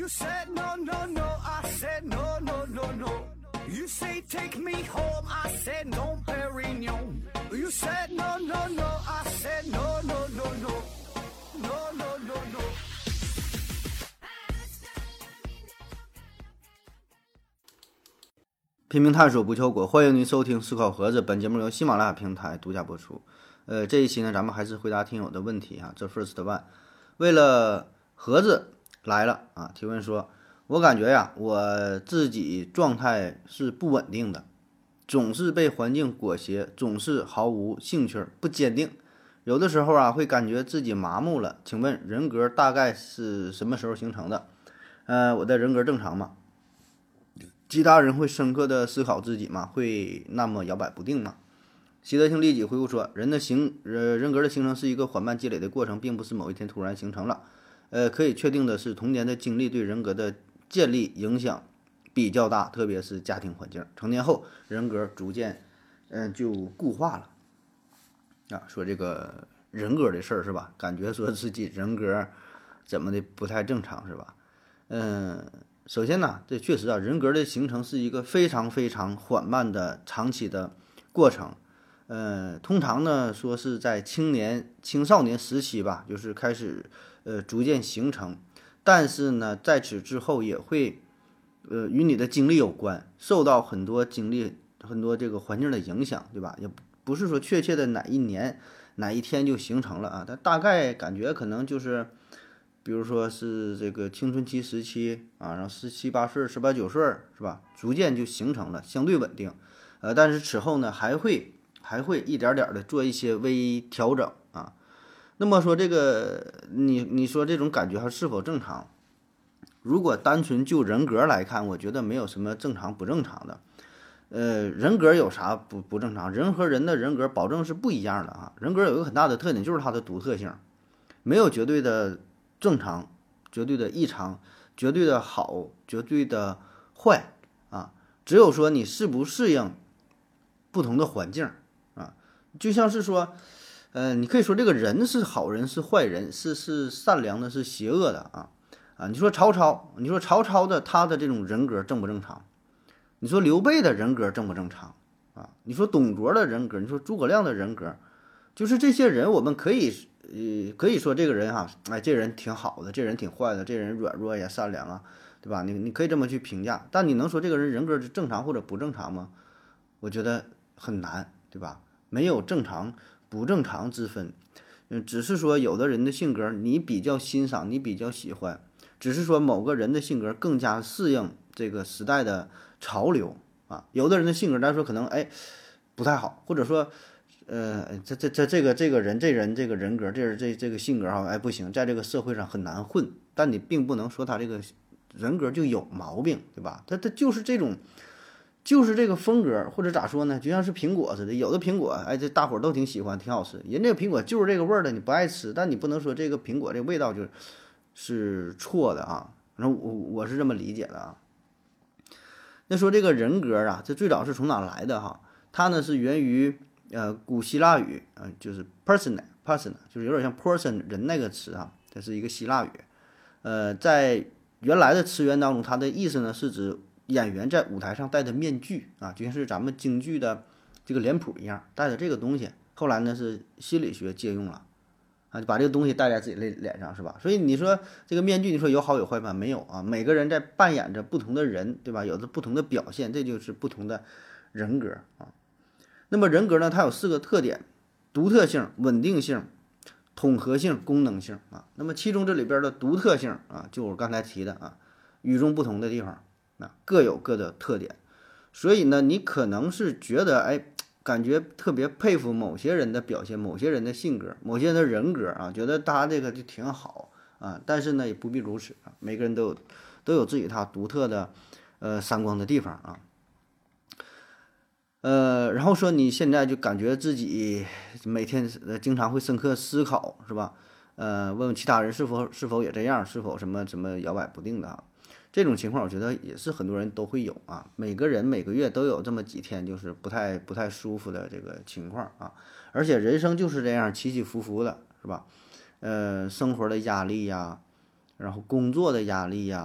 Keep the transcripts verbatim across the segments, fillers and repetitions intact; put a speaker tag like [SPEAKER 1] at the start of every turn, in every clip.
[SPEAKER 1] said no no no, I said no no no no. You say take me home, I said no, Perignon. You said no no no, I said no no no no, no no no no.
[SPEAKER 2] 拼命探索不求果，欢迎您收听思考盒子。本节目由喜马拉雅平台独家播出。呃，这一期呢，咱们还是回答听友的问题啊。这 first one， 为了盒子来了啊，提问说，我感觉呀，我自己状态是不稳定的，总是被环境裹挟，总是毫无兴趣，不坚定。有的时候啊，会感觉自己麻木了。请问人格大概是什么时候形成的？呃，我的人格正常吗？其他人会深刻的思考自己吗？会那么摇摆不定吗？习得性利己回复说，人的形呃人格的形成是一个缓慢积累的过程，并不是某一天突然形成了。呃，可以确定的是，童年的经历对人格的建立影响比较大，特别是家庭环境。成年后，人格逐渐嗯、呃、就固化了。啊，说这个人格的事儿是吧？感觉说自己人格怎么的不太正常是吧？嗯。首先呢，这确实啊，人格的形成是一个非常非常缓慢的长期的过程。呃，通常呢说是在青年、青少年时期吧，就是开始呃逐渐形成。但是呢，在此之后也会呃与你的经历有关，受到很多经历、很多这个环境的影响，对吧？也不是说确切的哪一年、哪一天就形成了啊，但大概感觉可能就是。比如说是这个青春期时期啊，然后十七八岁、十八九岁是吧，逐渐就形成了相对稳定，呃，但是此后呢，还会还会一点点的做一些微调整啊。那么说这个，你你说这种感觉还是否正常？如果单纯就人格来看，我觉得没有什么正常不正常的。呃，人格有啥不不正常？人和人的人格保证是不一样的啊。人格有一个很大的特点，就是它的独特性，没有绝对的。正常，绝对的异常，绝对的好，绝对的坏啊！只有说你适不适应不同的环境啊，就像是说，呃，你可以说这个人是好人是坏人，是是善良的，是邪恶的啊啊！你说曹操，你说曹操的他的这种人格正不正常？你说刘备的人格正不正常啊？你说董卓的人格，你说诸葛亮的人格，就是这些人，我们可以。呃，可以说这个人哈，哎，这人挺好的，这人挺坏的，这人软弱呀、善良啊，对吧？你你可以这么去评价，但你能说这个人人格是正常或者不正常吗？我觉得很难，对吧？没有正常不正常之分，嗯，只是说有的人的性格你比较欣赏，你比较喜欢，只是说某个人的性格更加适应这个时代的潮流啊，有的人的性格咱说可能哎不太好，或者说。呃，这这这这个这个人这人这个人格，这是这这个性格哈，哎不行，在这个社会上很难混。但你并不能说他这个人格就有毛病，对吧？他他就是这种，就是这个风格，或者咋说呢？就像是苹果似的，有的苹果，哎，这大伙儿都挺喜欢，挺好吃。人这个苹果就是这个味儿的，你不爱吃，但你不能说这个苹果这味道就是错的啊。反正我我是这么理解的啊。那说这个人格啊，这最早是从哪来的哈？它呢是源于。呃，古希腊语啊、呃，就是 person，person 就是有点像 person 人那个词啊，这是一个希腊语。呃，在原来的词源当中，它的意思呢是指演员在舞台上戴的面具啊，就像是咱们京剧的这个脸谱一样，戴的这个东西。后来呢是心理学借用了啊，就把这个东西戴在自己的脸上，是吧？所以你说这个面具，你说有好有坏吗？没有啊，每个人在扮演着不同的人，对吧？有着不同的表现，这就是不同的人格啊。那么人格呢，它有四个特点：独特性、稳定性、统合性、功能性啊。那么其中这里边的独特性啊，就我刚才提的啊，与众不同的地方啊，各有各的特点。所以呢，你可能是觉得哎，感觉特别佩服某些人的表现、某些人的性格、某些人的人格啊，觉得他这个就挺好啊。但是呢，也不必如此啊，每个人都有都有自己他独特的呃闪光的地方啊。呃，然后说你现在就感觉自己每天呃经常会深刻思考，是吧？呃，问问其他人是否是否也这样，是否什么什么摇摆不定的啊？这种情况，我觉得也是很多人都会有啊。每个人每个月都有这么几天，就是不太不太舒服的这个情况啊。而且人生就是这样起起伏伏的，是吧？呃，生活的压力呀，然后工作的压力呀，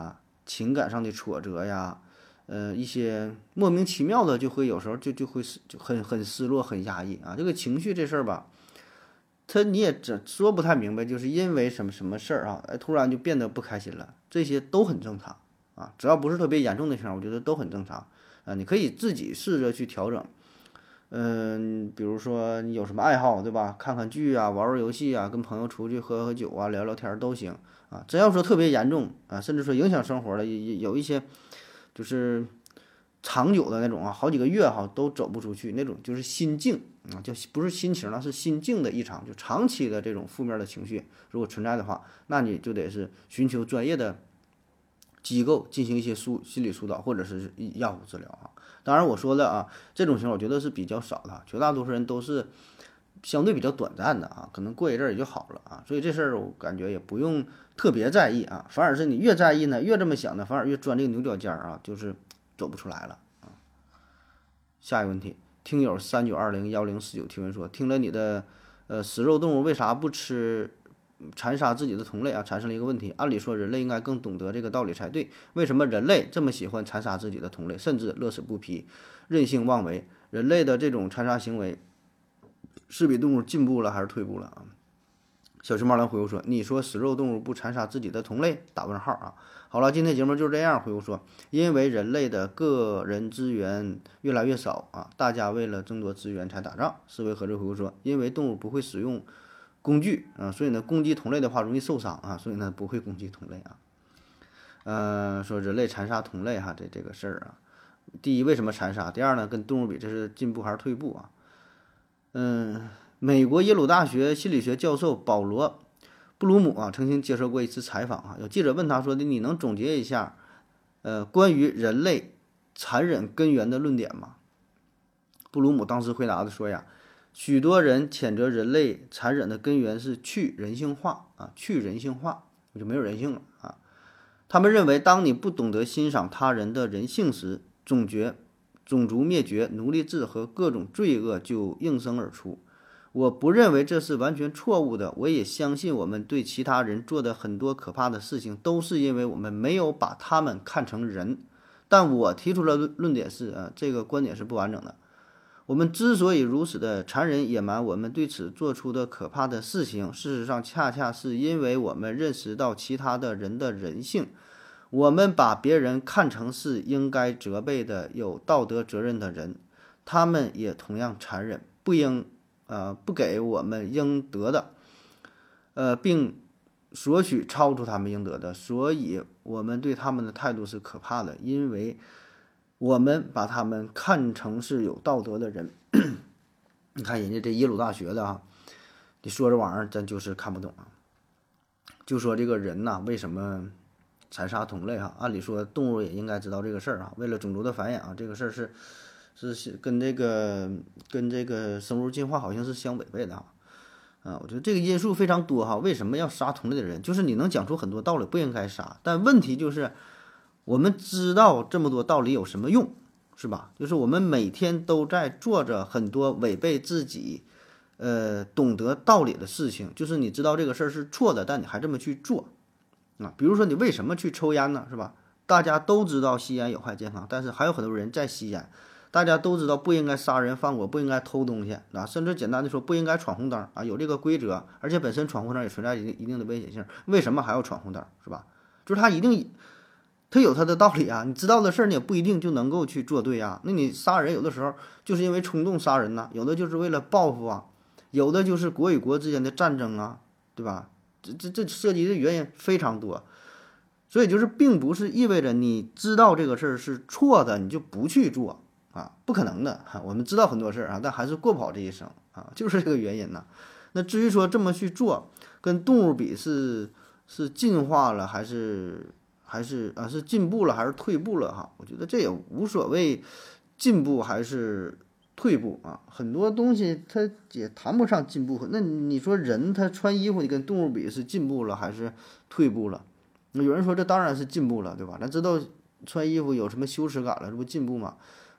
[SPEAKER 2] 情感上的挫折呀，呃，一些莫名其妙的就会有时候就就会就很很失落、很压抑啊。这个情绪这事儿吧，他你也这说不太明白，就是因为什么什么事儿啊，哎，突然就变得不开心了，这些都很正常啊，只要不是特别严重的情况，我觉得都很正常啊。你可以自己试着去调整。嗯，比如说你有什么爱好，对吧？看看剧啊，玩玩游戏啊，跟朋友出去喝喝酒啊，聊聊天儿都行啊。真要说特别严重啊，甚至说影响生活的，也也有一些就是长久的那种啊，好几个月哈都走不出去那种，就是心境啊，就不是心情了，是心境的异常，就长期的这种负面的情绪如果存在的话，那你就得是寻求专业的机构进行一些疏心理疏导或者是药物治疗啊。当然我说的啊，这种情况我觉得是比较少的，绝大多数人都是相对比较短暂的啊，可能过一阵儿也就好了啊。所以这事儿我感觉也不用特别在意啊，反而是你越在意呢，越这么想呢，反而越钻这个牛角尖儿啊，就是走不出来了啊。下一个问题，听友三九二零幺零四九提问说，听了你的呃食肉动物为啥不吃残杀自己的同类啊，产生了一个问题。按理说人类应该更懂得这个道理才对，为什么人类这么喜欢残杀自己的同类，甚至乐此不疲、任性妄为？人类的这种残杀行为是比动物进步了还是退步了啊？小熊猫来回复说：“你说食肉动物不残杀自己的同类？”打问号啊！好了，今天节目就是这样。回复说：“因为人类的个人资源越来越少啊，大家为了争夺资源才打仗。”思维合着回复说：“因为动物不会使用工具啊，所以呢，攻击同类的话容易受伤啊，所以呢不会攻击同类啊。”呃，说人类残杀同类哈，这这个事儿啊，第一为什么残杀？第二呢，跟动物比这是进步还是退步啊？嗯。美国耶鲁大学心理学教授保罗·布鲁姆啊，曾经接受过一次采访啊，有记者问他说的：“你能总结一下，呃，关于人类残忍根源的论点吗？”布鲁姆当时回答的说呀：“许多人谴责人类残忍的根源是去人性化啊，去人性化，就没有人性了啊。他们认为，当你不懂得欣赏他人的人性时，种绝种族灭绝、奴隶制和各种罪恶就应声而出。”我不认为这是完全错误的，我也相信我们对其他人做的很多可怕的事情，都是因为我们没有把他们看成人。但我提出的论点是，啊，这个观点是不完整的。我们之所以如此的残忍野蛮，我们对此做出的可怕的事情，事实上恰恰是因为我们认识到其他的人的人性，我们把别人看成是应该责备的、有道德责任的人，他们也同样残忍，不应。呃，不给我们应得的，呃，并索取超出他们应得的，所以我们对他们的态度是可怕的，因为我们把他们看成是有道德的人。你看人家这耶鲁大学的啊，你说这玩意儿咱就是看不懂啊。就说这个人呐、啊，为什么残杀同类哈、啊？按理说动物也应该知道这个事儿啊，为了种族的繁衍啊，这个事儿是。是跟这个跟这个生物进化好像是相违背的哈，啊，我觉得这个因素非常多哈。为什么要杀同类的人？就是你能讲出很多道理，不应该杀。但问题就是，我们知道这么多道理有什么用，是吧？就是我们每天都在做着很多违背自己，呃，懂得道理的事情。就是你知道这个事儿是错的，但你还这么去做，啊，比如说你为什么去抽烟呢？是吧？大家都知道吸烟有害健康，但是还有很多人在吸烟。大家都知道不应该杀人放火，不应该偷东西啊，甚至简单的说不应该闯红灯啊，有这个规则，而且本身闯红灯也存在一定一定的危险性，为什么还要闯红灯，是吧？就是他一定，他有他的道理啊，你知道的事儿你也不一定就能够去做对啊。那你杀人有的时候就是因为冲动杀人呐，有的就是为了报复啊，有的就是国与国之间的战争啊，对吧？这这这涉及的原因非常多，所以就是并不是意味着你知道这个事儿是错的，你就不去做。啊，不可能的哈！我们知道很多事儿啊，但还是过不好这一生啊，就是这个原因呢。那至于说这么去做，跟动物比是是进化了还是还是啊是进步了还是退步了哈？我觉得这也无所谓，进步还是退步啊，很多东西它也谈不上进步。那你说人他穿衣服，你跟动物比是进步了还是退步了？那有人说这当然是进步了，对吧？咱知道穿衣服有什么羞耻感了，这不进步吗？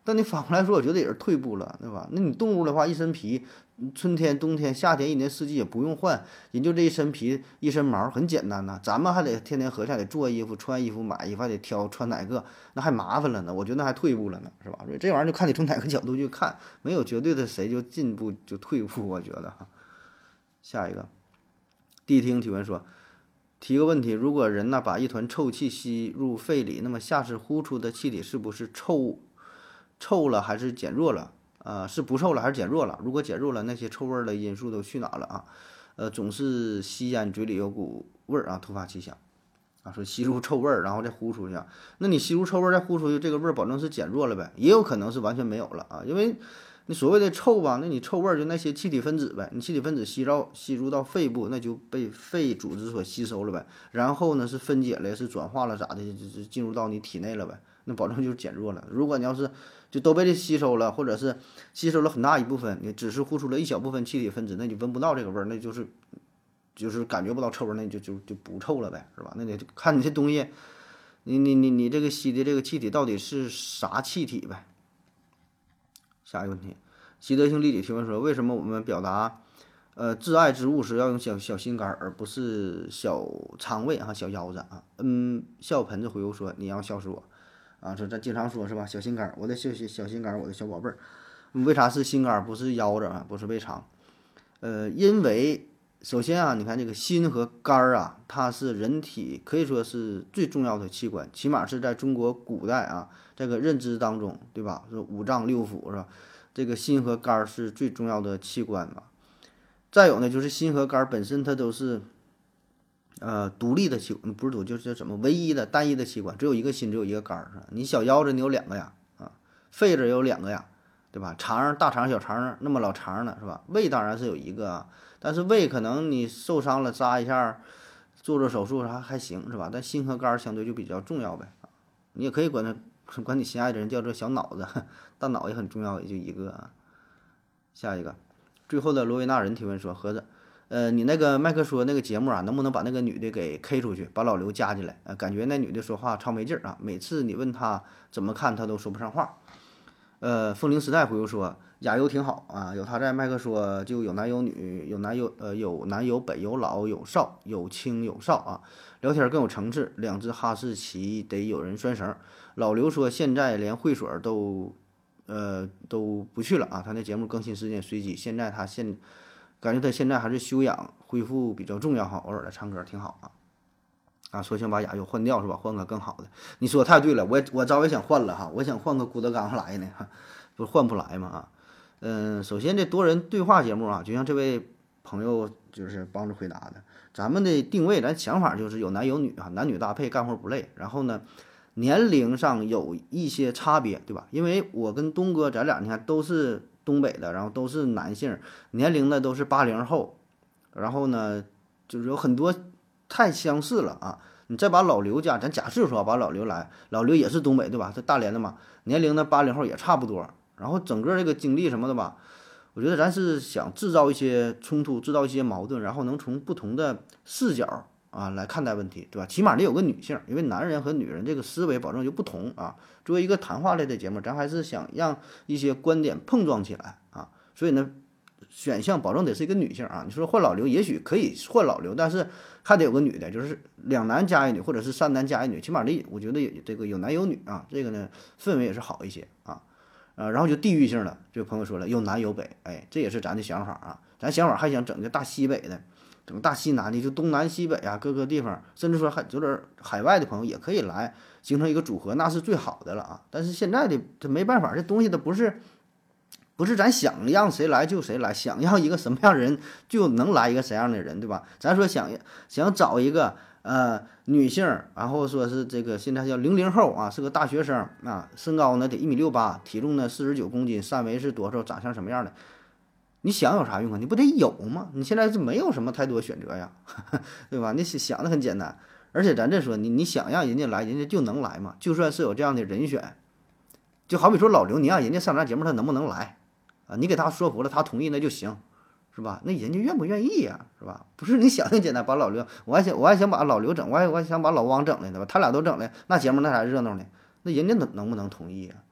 [SPEAKER 2] 但你反过来说，我觉得也是退步了，对吧？那你动物的话，一身皮，春天、冬天、夏天，一年四季也不用换，人就这一身皮、一身毛，很简单呐。咱们还得天天合下得做衣服、穿衣服、买衣服，还得挑穿哪个，那还麻烦了呢。我觉得那还退步了呢，是吧？所以这玩意儿就看你从哪个角度去看，没有绝对的谁就进步就退步，我觉得哈。下一个，谛听提问说。提个问题，如果人呢把一团臭气吸入肺里，那么下次呼出的气体是不是臭臭了还是减弱了？呃，是不臭了还是减弱了？如果减弱了，那些臭味的因素都去哪了啊？呃，总是吸烟，嘴里有股味儿啊，突发奇想啊，说吸入臭味儿，然后再呼出去，那你吸入臭味儿再呼出去，这个味儿保证是减弱了呗？也有可能是完全没有了啊，因为。你所谓的臭吧，那你臭味儿就那些气体分子呗，你气体分子吸到吸入到肺部，那就被肺组织所吸收了呗，然后呢是分解了，是转化了咋的，就就进入到你体内了呗，那保证就是减弱了。如果你要是就都被这吸收了，或者是吸收了很大一部分，你只是呼出了一小部分气体分子，那你闻不到这个味儿，那就是就是感觉不到臭味儿，那你就就就不臭了呗，是吧？那得看你这东西，你你你你这个吸的这个气体到底是啥气体呗。下一个问题，习得性利己提问说：为什么我们表达呃挚爱之物时要用小小心肝而不是小肠胃啊、小腰子啊？嗯，笑盆子回复说：你要笑死我啊！这这经常说是吧？小心肝，我的小小小心肝，我的小宝贝儿。为啥是心肝不是腰子啊？不是胃肠？呃，因为首先啊，你看这个心和肝儿啊，它是人体可以说是最重要的器官，起码是在中国古代啊。这个认知当中，对吧？说五脏六腑是吧？这个心和肝儿是最重要的器官嘛。再有呢，就是心和肝儿本身它都是呃独立的器官，不是独，就是什么唯一的单一的器官，只有一个心，只有一个肝儿。你小腰子你有两个呀，啊，肺子有两个呀，对吧？肠、大肠、小肠那么老长呢，是吧？胃当然是有一个啊，但是胃可能你受伤了扎一下，做做手术还还行，是吧？但心和肝儿相对就比较重要呗。你也可以管它。管你心爱的人叫做小脑子，大脑也很重要，也就一个啊。下一个，最后的罗维纳人提问说：盒子，呃，你那个麦克说那个节目啊，能不能把那个女的给 K 出去，把老刘加进来？呃，感觉那女的说话超没劲儿啊，每次你问她怎么看，她都说不上话。呃，风铃时代回复说：亚优挺好啊，有她在，麦克说就有男有女，有男有呃有南有北，有老有少，有轻有少啊，聊天更有层次。两只哈士奇得有人拴绳。老刘说现在连会所都，呃都不去了啊，他那节目更新时间随机。现在他现感觉他现在还是休养恢复比较重要哈，偶尔的唱歌挺好啊。啊，说想把亚优换掉是吧？换个更好的。你说太对了，我我早也想换了哈，我想换个郭德纲来呢，不是换不来吗？啊，嗯，首先这多人对话节目啊，就像这位朋友就是帮着回答的，咱们的定位咱想法就是有男有女啊，男女搭配干活不累，然后呢。年龄上有一些差别，对吧？因为我跟东哥咱俩你看都是东北的，然后都是男性，年龄呢都是八零后，然后呢就是有很多太相似了啊。你再把老刘家，咱假设说把老刘来，老刘也是东北对吧？他大连的嘛，年龄呢八零后也差不多，然后整个这个经历什么的吧，我觉得咱是想制造一些冲突，制造一些矛盾，然后能从不同的视角。啊，来看待问题，对吧？起码得有个女性，因为男人和女人这个思维保证就不同啊。作为一个谈话类的节目，咱还是想让一些观点碰撞起来啊。所以呢，选项保证得是一个女性啊。你说换老刘，也许可以换老刘，但是还得有个女的，就是两男加一女，或者是三男加一女，起码得我觉得这个有男有女啊，这个呢氛围也是好一些啊。呃，然后就地域性的，这位朋友说了，有南有北，哎，这也是咱的想法啊。咱想法还想整个大西北的。整个大西南的，就东南西北啊，各个地方，甚至说还有点海外的朋友也可以来，形成一个组合，那是最好的了啊。但是现在的这没办法，这东西它不是不是咱想让谁来就谁来，想要一个什么样的人就能来一个什么样的人，对吧？咱说想想找一个呃女性，然后说是这个现在叫零零后啊，是个大学生啊，身高呢得一米六八，体重呢四十九公斤，三围是多少，长相什么样的？你想有啥用啊？你不得有吗？你现在是没有什么太多选择呀，对吧？你想的很简单，而且咱这说，你你想让人家来，人家就能来嘛。就算是有这样的人选，就好比说老刘，你让人家上咱节目，他能不能来啊？你给他说服了，他同意那就行，是吧？那人家愿不愿意呀，是吧？不是你想的简单，把老刘，我还想我还想把老刘整，我还我还想把老汪整来，对吧？他俩都整来，那节目那才热闹呢。那人家能能不能同意呀？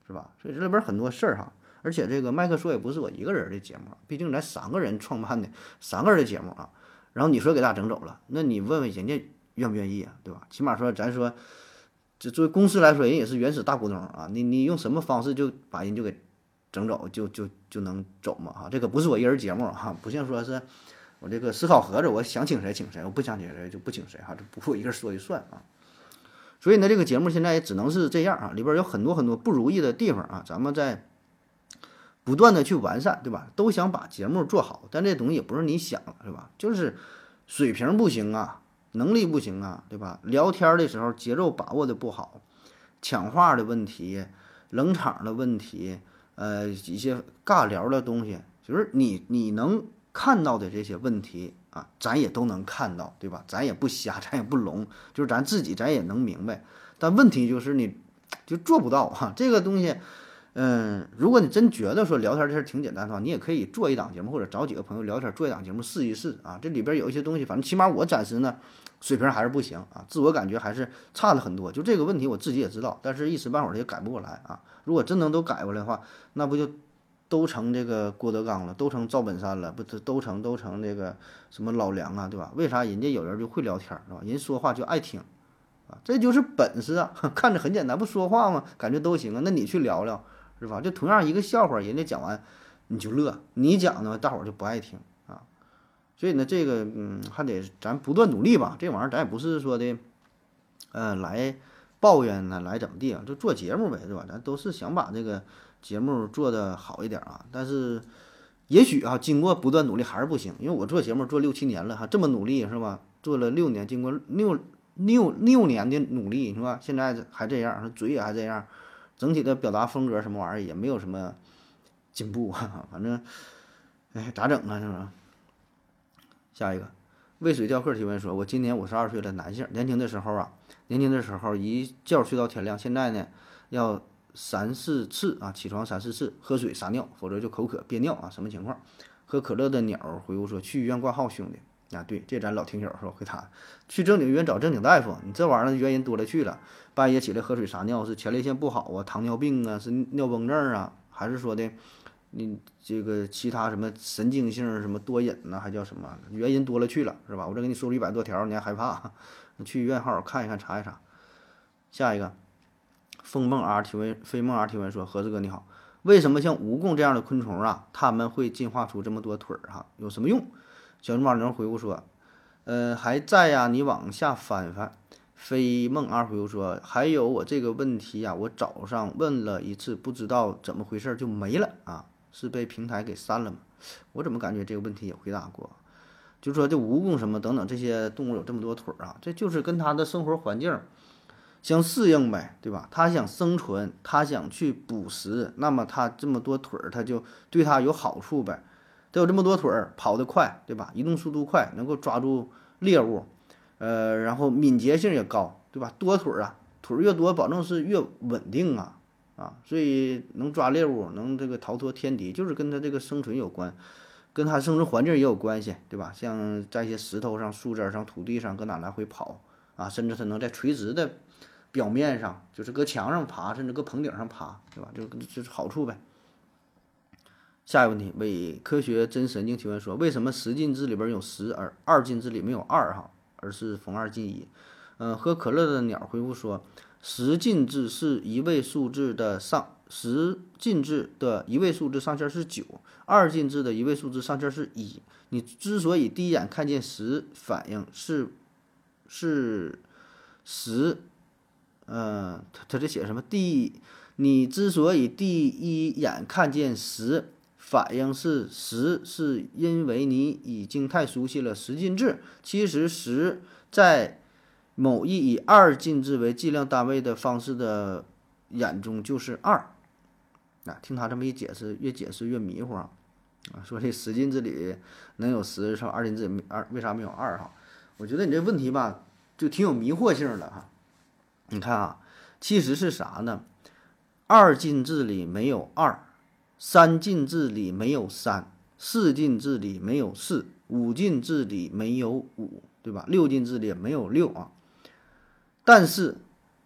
[SPEAKER 2] 是吧？所以这里边很多事儿哈。而且这个麦克说也不是我一个人的节目，毕竟咱三个人创办的三个人的节目啊。然后你说给大家整走了，那你问问人家愿不愿意啊，对吧？起码说咱说，这作为公司来说，人也是原始大股东啊。你你用什么方式就把人就给整走，就就就能走嘛哈？这个不是我一人节目哈，不像说是我这个思考盒子，我想请谁请谁，我不想请谁就不请谁哈，这不是我一个人说一算啊。所以呢，这个节目现在也只能是这样啊，里边有很多很多不如意的地方啊，咱们在不断的去完善，对吧？都想把节目做好，但这东西也不是你想了，是吧？就是水平不行啊，能力不行啊，对吧？聊天的时候节奏把握的不好，抢话的问题，冷场的问题，呃，一些尬聊的东西，就是你你能看到的这些问题啊，咱也都能看到，对吧？咱也不瞎，咱也不聋，就是咱自己咱也能明白。但问题就是你就做不到哈、啊，这个东西。嗯，如果你真觉得说聊天这事挺简单的话，你也可以做一档节目，或者找几个朋友聊天做一档节目试一试啊。这里边有一些东西，反正起码我暂时呢水平还是不行啊，自我感觉还是差了很多。就这个问题我自己也知道，但是一时半会儿也改不过来啊。如果真能都改过来的话，那不就都成这个郭德纲了，都成赵本山了，不都成都成这个什么老梁啊，对吧？为啥人家有人就会聊天是吧？人说话就爱听啊，这就是本事啊。看着很简单，不说话吗？感觉都行啊。那你去聊聊。是吧？就同样一个笑话，人家讲完你就乐，你讲呢，大伙儿就不爱听啊。所以呢，这个嗯，还得咱不断努力吧。这玩意儿咱也不是说的，呃，来抱怨呢，来怎么地啊？就做节目呗，是吧？咱都是想把这个节目做得好一点啊。但是也许啊，经过不断努力还是不行，因为我做节目做六七年了哈，这么努力是吧？做了六年，经过六六六年的努力是吧？现在还这样，嘴也还这样。整体的表达风格什么玩意儿也没有什么进步啊，反正，哎，咋整啊？是吧？下一个，渭水钓客提问说：“我今年五十二岁了，男性，年轻的时候啊，年轻的时候一觉睡到天亮，现在呢要三四次啊，起床三四次，喝水撒尿，否则就口渴憋尿啊，什么情况？”喝可乐的鸟回复说：“去医院挂号，兄弟。”啊，对，这咱老听友说回答，去正经医院找正经大夫，你这玩意儿原因多了去了。半夜起来喝水撒尿是前列腺不好啊，糖尿病啊，是尿崩症啊，还是说的你这个其他什么神经性什么多饮呢、啊，还叫什么？原因多了去了，是吧？我这给你说了一百多条，你还害怕？你去医院好好看一看，查一查。下一个，风梦 R 提问，飞梦 R 提问说：“盒子哥你好，为什么像蜈蚣这样的昆虫啊，它们会进化出这么多腿儿哈？有什么用？”小熊猫零回复说：“呃，还在呀，你往下翻翻。”飞梦二回复说：“还有我这个问题呀、啊，我早上问了一次，不知道怎么回事就没了啊，是被平台给删了吗？我怎么感觉这个问题也回答过？就说这蜈蚣什么等等这些动物有这么多腿啊，这就是跟它的生活环境相适应呗，对吧？它想生存，它想去捕食，那么它这么多腿儿，它就对它有好处呗。”它有这么多腿儿，跑得快，对吧？移动速度快，能够抓住猎物，呃，然后敏捷性也高，对吧？多腿儿啊，腿儿越多，保证是越稳定啊，啊，所以能抓猎物，能这个逃脱天敌，就是跟它这个生存有关，跟它生存环境也有关系，对吧？像在一些石头上、树枝上、土地上，搁哪来回跑啊，甚至它能在垂直的表面上，就是搁墙上爬，甚至搁棚顶上爬，对吧？就就是好处呗。下一个问题，为科学真神经提问说：“为什么十进制里边有十，而二进制里没有二哈，而是逢二进一？”嗯、呃，喝可乐的鸟回复说：“十进制是一位数字的上，十进制的一位数字上限是九，二进制的一位数字上限是一。你之所以第一眼看见十，反应是是十，呃，他他这写什么？第你之所以第一眼看见十。”反应是十，是因为你已经太熟悉了十进制。其实十在某一以二进制为计量单位的方式的眼中就是二。啊，听他这么一解释，越解释越迷糊啊！啊，说这十进制里能有十，说二进制没二，为啥没有二哈？我觉得你这问题吧，就挺有迷惑性的哈。你看啊，其实是啥呢？二进制里没有二。三进制里没有三，四进制里没有四，五进制里没有五，对吧？六进制里也没有六啊。但是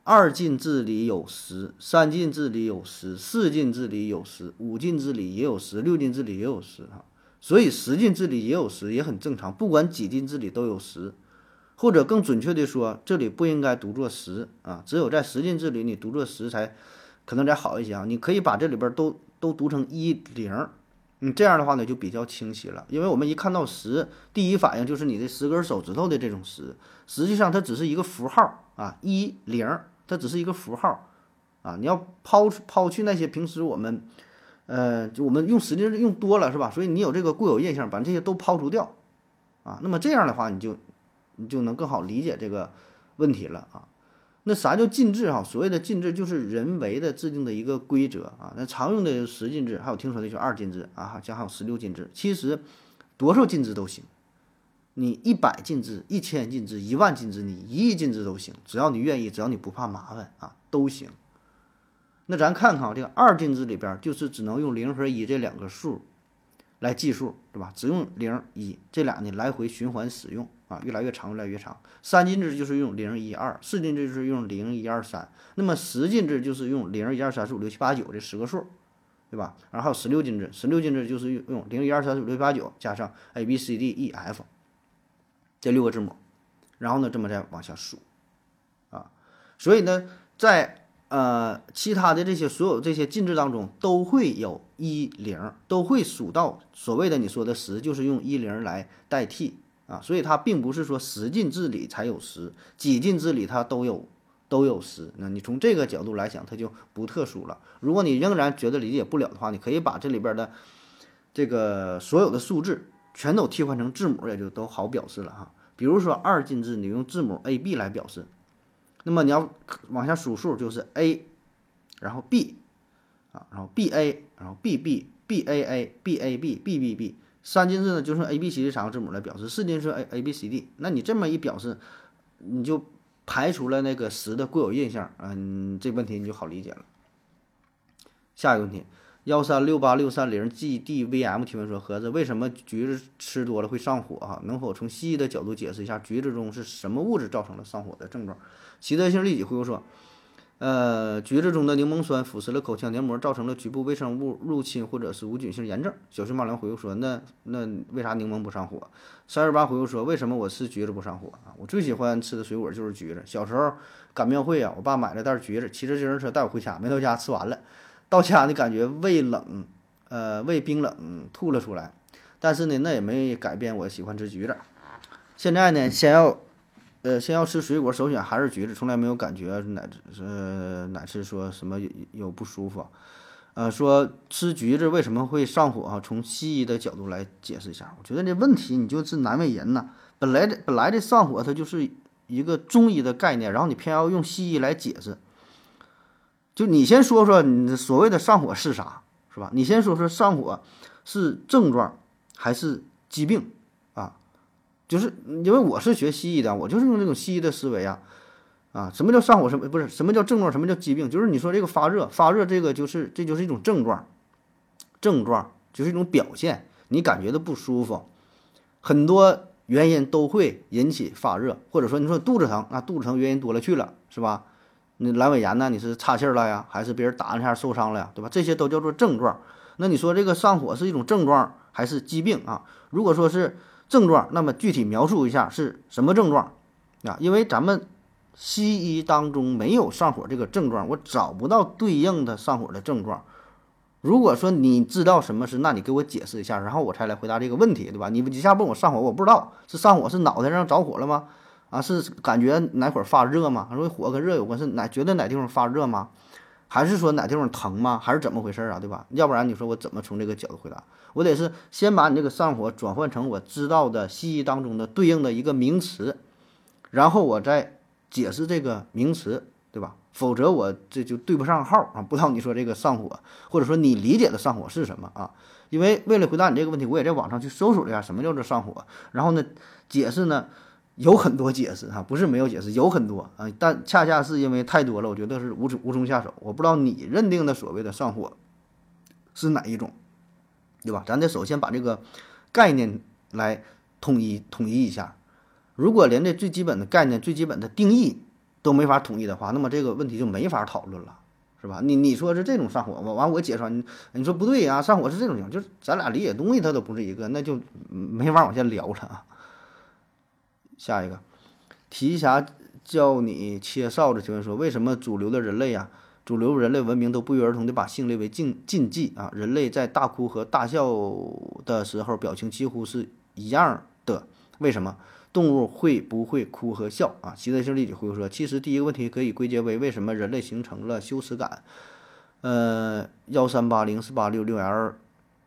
[SPEAKER 2] 二进制里有十，三进制里有十，四进制里有十，五进制里也有十，六进制里也有十哈。所以十进制里也有十也很正常，不管几进制里都有十，或者更准确的说，这里不应该读作十啊，只有在十进制里你读作十才可能才好一些啊。你可以把这里边都都读成一零，你这样的话呢就比较清晰了，因为我们一看到十，第一反应就是你这十根手指头的这种十，实际上它只是一个符号啊，一零。它只是一个符号，啊，你要抛抛去那些平时我们，呃，就我们用实际用多了是吧？所以你有这个固有印象，把这些都抛除掉，啊，那么这样的话，你就你就能更好理解这个问题了啊。那啥叫进制哈？所谓的进制就是人为的制定的一个规则啊。那常用的十进制，还有听说的就二进制啊，像还有十六进制，其实多少进制都行。你一百进制、一千进制、一万进制，你一亿进制都行，只要你愿意，只要你不怕麻烦啊，都行。那咱看看这个二进制里边，就是只能用零和一这两个数来计数，对吧？只用零一这俩呢来回循环使用啊，越来越长，越来越长。三进制就是用零一二，四进制就是用零一二三，那么十进制就是用零一二三四五六七八九这十个数，对吧？然后还有十六进制，十六进制就是用零一二三四五六七八九加上 A B C D E F。这六个字母，然后呢，这么再往下数，啊，所以呢，在呃其他的这些所有这些进制当中，都会有一零，都会数到所谓的你说的十，就是用一零来代替啊，所以它并不是说十进制里才有十，几进制里它都有都有十。那你从这个角度来讲，它就不特殊了。如果你仍然觉得理解不了的话，你可以把这里边的这个所有的数字全都替换成字母，也就都好表示了哈。比如说二进制，你用字母 A B 来表示，那么你要往下数数，就是 A， 然后 B 啊，然后 B A， 然后 B B B A A B A B B B B。三进制呢，就是用 A B C D 三个字母来表示，四进制 A A B C D。那你这么一表示，你就排除了那个十的固有印象，嗯，这问题你就好理解了。下一个问题。幺三六八六三零 G D V M 提问说：盒子，为什么橘子吃多了会上火？哈，能否从西医的角度解释一下橘子中是什么物质造成了上火的症状？习得性立即回复说：呃，橘子中的柠檬酸腐蚀了口腔黏膜，造成了局部微生物入侵或者是无菌性炎症。小熊猫粮回复说：那那为啥柠檬不上火？三二八回复说：为什么我吃橘子不上火啊？我最喜欢吃的水果就是橘子。小时候赶庙会啊，我爸买了袋橘子，骑着自行车带我回家，没到家吃完了。到家呢，感觉胃冷，呃，胃冰冷，吐了出来。但是呢，那也没改变我喜欢吃橘子。现在呢，先要，呃，先要吃水果，首选还是橘子，从来没有感觉哪呃哪次说什么有有不舒服。呃，说吃橘子为什么会上火啊？从西医的角度来解释一下。我觉得这问题你就是难为人呐。本来的本来的上火它就是一个中医的概念，然后你偏要用西医来解释。就你先说说你所谓的上火是啥，是吧？你先说说上火是症状还是疾病啊？就是因为我是学西医的，我就是用这种西医的思维啊啊！什么叫上火？什么不是？什么叫症状？什么叫疾病？就是你说这个发热，发热这个就是这就是一种症状，症状就是一种表现，你感觉到不舒服，很多原因都会引起发热，或者说你说肚子疼，那肚子疼原因多了去了，是吧？你阑尾炎呢？你是岔气儿了呀，还是别人打一下受伤了呀？对吧？这些都叫做症状。那你说这个上火是一种症状还是疾病啊？如果说是症状，那么具体描述一下是什么症状啊？因为咱们西医当中没有上火这个症状，我找不到对应的上火的症状。如果说你知道什么是，那你给我解释一下，然后我才来回答这个问题，对吧？你一下问我上火，我不知道是上火是脑袋上着火了吗？啊，是感觉哪会儿发热吗？说火跟热有关，是哪觉得哪地方发热吗？还是说哪地方疼吗？还是怎么回事啊？对吧？要不然你说我怎么从这个角度回答？我得是先把你这个上火转换成我知道的西医当中的对应的一个名词，然后我再解释这个名词，对吧？否则我这就对不上号啊！不知道你说这个上火，或者说你理解的上火是什么啊？因为为了回答你这个问题，我也在网上去搜索了一下什么叫做上火，然后呢，解释呢。有很多解释哈，不是没有解释，有很多啊，但恰恰是因为太多了，我觉得是无无从下手。我不知道你认定的所谓的上火是哪一种，对吧？咱得首先把这个概念来统一统一一下。如果连这最基本的概念、最基本的定义都没法统一的话，那么这个问题就没法讨论了，是吧？你你说是这种上火，我完我解释完，你你说不对呀、啊，上火是这种情况，就是咱俩理解东西它都不是一个，那就没法往下聊了啊。下一个，提辖叫你切哨子，请问说为什么主流的人类啊，主流人类文明都不约而同的把性列为禁禁忌啊？人类在大哭和大笑的时候表情几乎是一样的，为什么？动物会不会哭和笑啊？习德性立体回复说，其实第一个问题可以归结为为什么人类形成了羞耻感。呃，幺三八零四八六六 L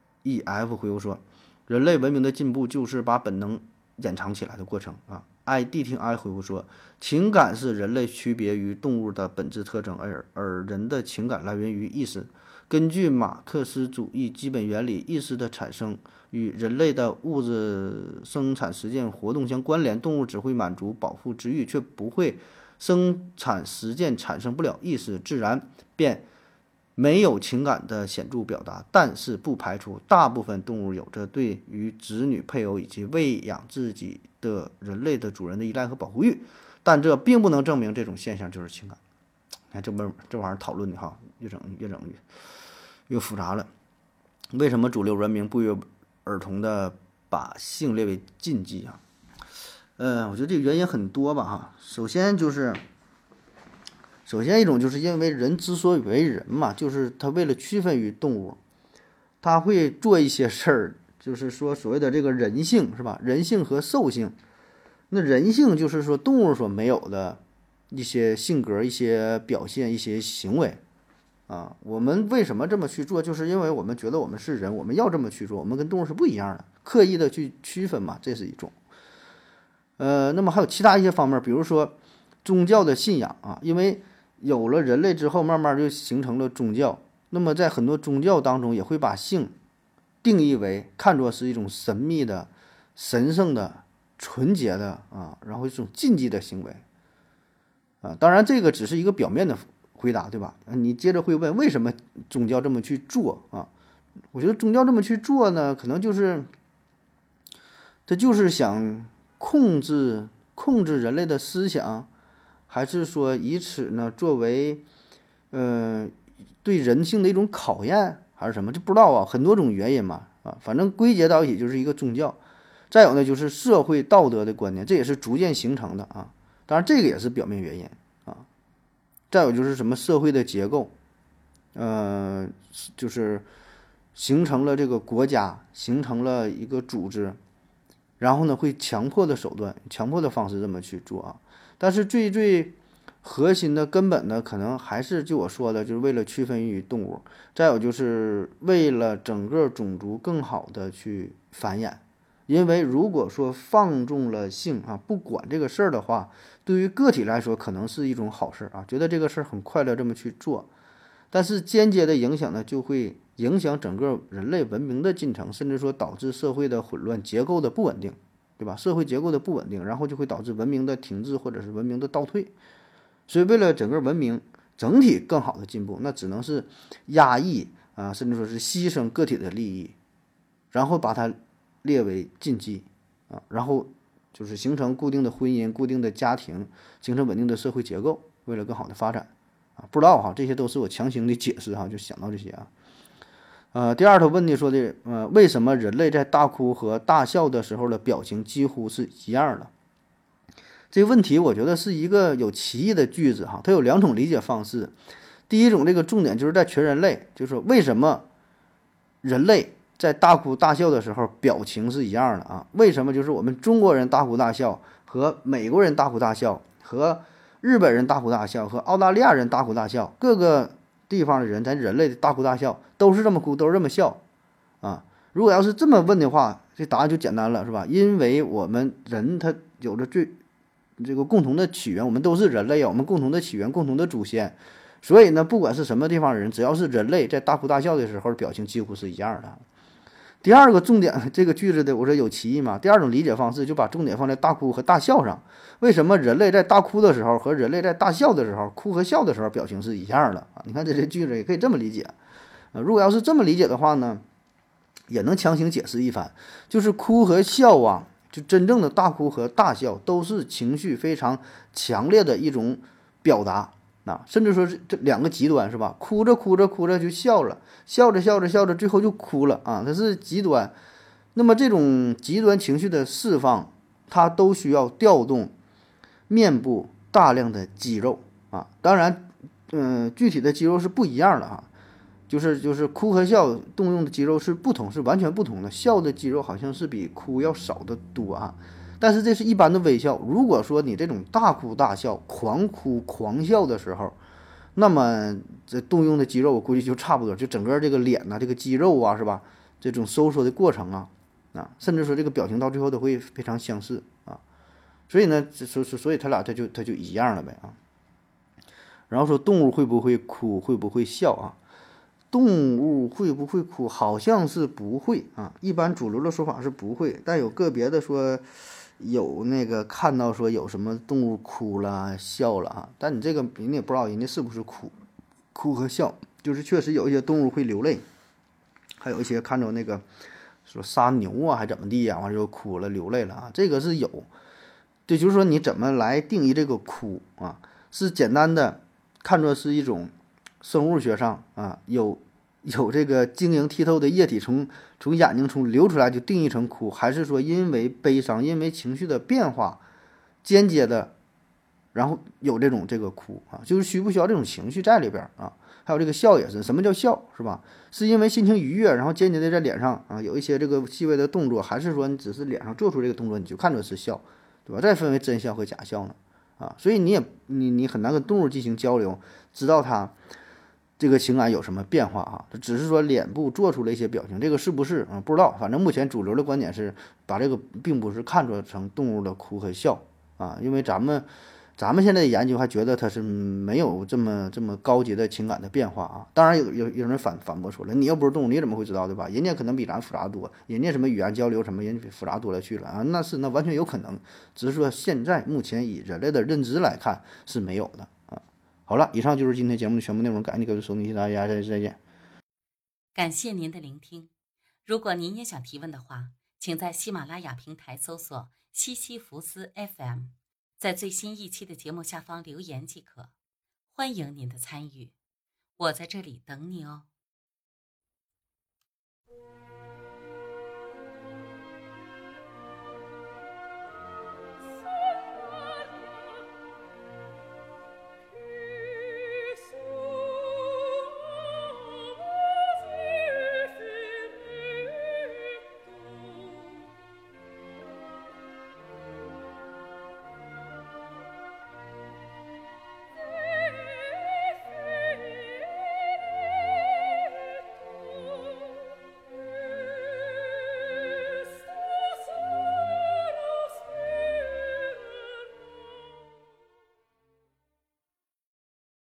[SPEAKER 2] E F 回复说，人类文明的进步就是把本能掩藏起来的过程啊。I D 听 I 回复说，情感是人类区别于动物的本质特征，而而人的情感来源于意识。根据马克思主义基本原理，意识的产生与人类的物质生产实践活动相关联，动物只会满足保护之欲，却不会生产实践产生不了意识，自然便没有情感的显著表达。但是不排除大部分动物有着对于子女、配偶以及喂养自己的人类的主人的依赖和保护欲，但这并不能证明这种现象就是情感。看这不这玩意儿讨论的哈，越整越整越越复杂了。为什么主流文明不约而同的把性列为禁忌啊？呃，我觉得这个原因很多吧哈。首先就是，首先一种就是因为人之所以为人嘛，就是他为了区分于动物，他会做一些事儿，就是说所谓的这个人性是吧？人性和兽性。那人性就是说动物所没有的一些性格、一些表现、一些行为。啊，我们为什么这么去做？就是因为我们觉得我们是人，我们要这么去做，我们跟动物是不一样的，刻意的去区分嘛，这是一种。呃，那么还有其他一些方面，比如说宗教的信仰啊，因为有了人类之后，慢慢就形成了宗教。那么在很多宗教当中，也会把性定义为看作是一种神秘的、神圣的、纯洁的啊，然后一种禁忌的行为啊。当然，这个只是一个表面的回答，对吧？你接着会问为什么宗教这么去做啊？我觉得宗教这么去做呢，可能就是他就是想控制控制人类的思想，还是说以此呢作为呃对人性的一种考验，还是什么？就不知道啊，很多种原因嘛啊，反正归结到一起就是一个宗教。再有呢，就是社会道德的观念，这也是逐渐形成的啊。当然，这个也是表面原因。再有就是什么社会的结构，呃，就是形成了这个国家，形成了一个组织，然后呢会强迫的手段、强迫的方式这么去做啊。但是最最核心的根本呢，可能还是就我说的，就是为了区分于动物，再有就是为了整个种族更好的去繁衍。因为如果说放纵了性啊，不管这个事儿的话，对于个体来说可能是一种好事啊，觉得这个事儿很快乐这么去做，但是间接的影响呢，就会影响整个人类文明的进程，甚至说导致社会的混乱、结构的不稳定，对吧？社会结构的不稳定，然后就会导致文明的停滞或者是文明的倒退。所以为了整个文明整体更好的进步，那只能是压抑啊，甚至说是牺牲个体的利益，然后把它列为禁忌啊，然后就是形成固定的婚姻、固定的家庭，形成稳定的社会结构，为了更好的发展啊。不知道哈，这些都是我强行的解释哈，就想到这些啊。呃，第二条问题说的，呃，为什么人类在大哭和大笑的时候的表情几乎是一样的？这个问题我觉得是一个有歧义的句子哈，它有两种理解方式。第一种，这个重点就是在全人类，就是说为什么人类在大哭大笑的时候表情是一样的啊？为什么就是我们中国人大哭大笑和美国人大哭大笑和日本人大哭大笑和澳大利亚人大哭大笑，各个地方的人咱人类的大哭大笑都是这么哭，都是这么笑啊？如果要是这么问的话，这答案就简单了，是吧？因为我们人他有着最这个共同的起源，我们都是人类啊，我们共同的起源，共同的祖先。所以呢，不管是什么地方的人，只要是人类在大哭大笑的时候，表情几乎是一样的。第二个重点，这个句子的我说有歧义嘛？第二种理解方式就把重点放在大哭和大笑上。为什么人类在大哭的时候和人类在大笑的时候，哭和笑的时候表情是一样的啊？你看这些句子也可以这么理解。呃，如果要是这么理解的话呢，也能强行解释一番，就是哭和笑啊，就真正的大哭和大笑都是情绪非常强烈的一种表达啊，甚至说是这两个极端是吧？哭着哭着哭着就笑了，笑着笑着笑着最后就哭了啊，它是极端。那么这种极端情绪的释放，它都需要调动面部大量的肌肉啊，当然，嗯、呃，具体的肌肉是不一样的啊。就是就是哭和笑动用的肌肉是不同，是完全不同的。笑的肌肉好像是比哭要少得多啊，但是这是一般的微笑。如果说你这种大哭大笑、狂哭狂笑的时候，那么这动用的肌肉我估计就差不多，就整个这个脸呐、啊，这个肌肉啊，是吧？这种收缩的过程啊，啊，甚至说这个表情到最后都会非常相似啊。所以呢，所所所以他俩他就他就一样了呗啊。然后说动物会不会哭，会不会笑啊？动物会不会哭？好像是不会啊。一般主流的说法是不会，但有个别的说有那个看到说有什么动物哭了、笑了啊。但你这个人也不知道人家是不是哭，哭和笑，就是确实有一些动物会流泪，还有一些看着那个说杀牛啊还怎么地呀、啊，完就哭了流泪了啊，这个是有。这就是说你怎么来定义这个哭啊？是简单的看作是一种生物学上啊，有有这个晶莹剔透的液体从从眼睛中流出来就定义成哭，还是说因为悲伤，因为情绪的变化，间接的，然后有这种这个哭啊，就是需不需要这种情绪在里边啊？还有这个笑也是，什么叫笑是吧？是因为心情愉悦，然后间接的在脸上啊有一些这个细微的动作，还是说你只是脸上做出这个动作你就看作是笑，对吧？再分为真笑和假笑呢？啊，所以你也你你很难跟动物进行交流，知道它这个情感有什么变化啊？只是说脸部做出了一些表情，这个是不是啊？不知道。反正目前主流的观点是把这个并不是看作成动物的哭和笑啊，因为咱们咱们现在的研究还觉得它是没有这么这么高级的情感的变化啊。当然有有有人反反驳说了，你又不是动物，你怎么会知道对吧？人家可能比咱复杂多，人家什么语言交流什么，人家复杂多了去了啊。那是那完全有可能，只是说现在目前以人类的认知来看是没有的。好了，以上就是今天节目的全部内容，感谢你各位收听，谢谢大家，再见。
[SPEAKER 3] 感谢您的聆听。如果您也想提问的话，请在喜马拉雅平台搜索西西弗斯 F M， 在最新一期的节目下方留言即可。欢迎您的参与，我在这里等你哦。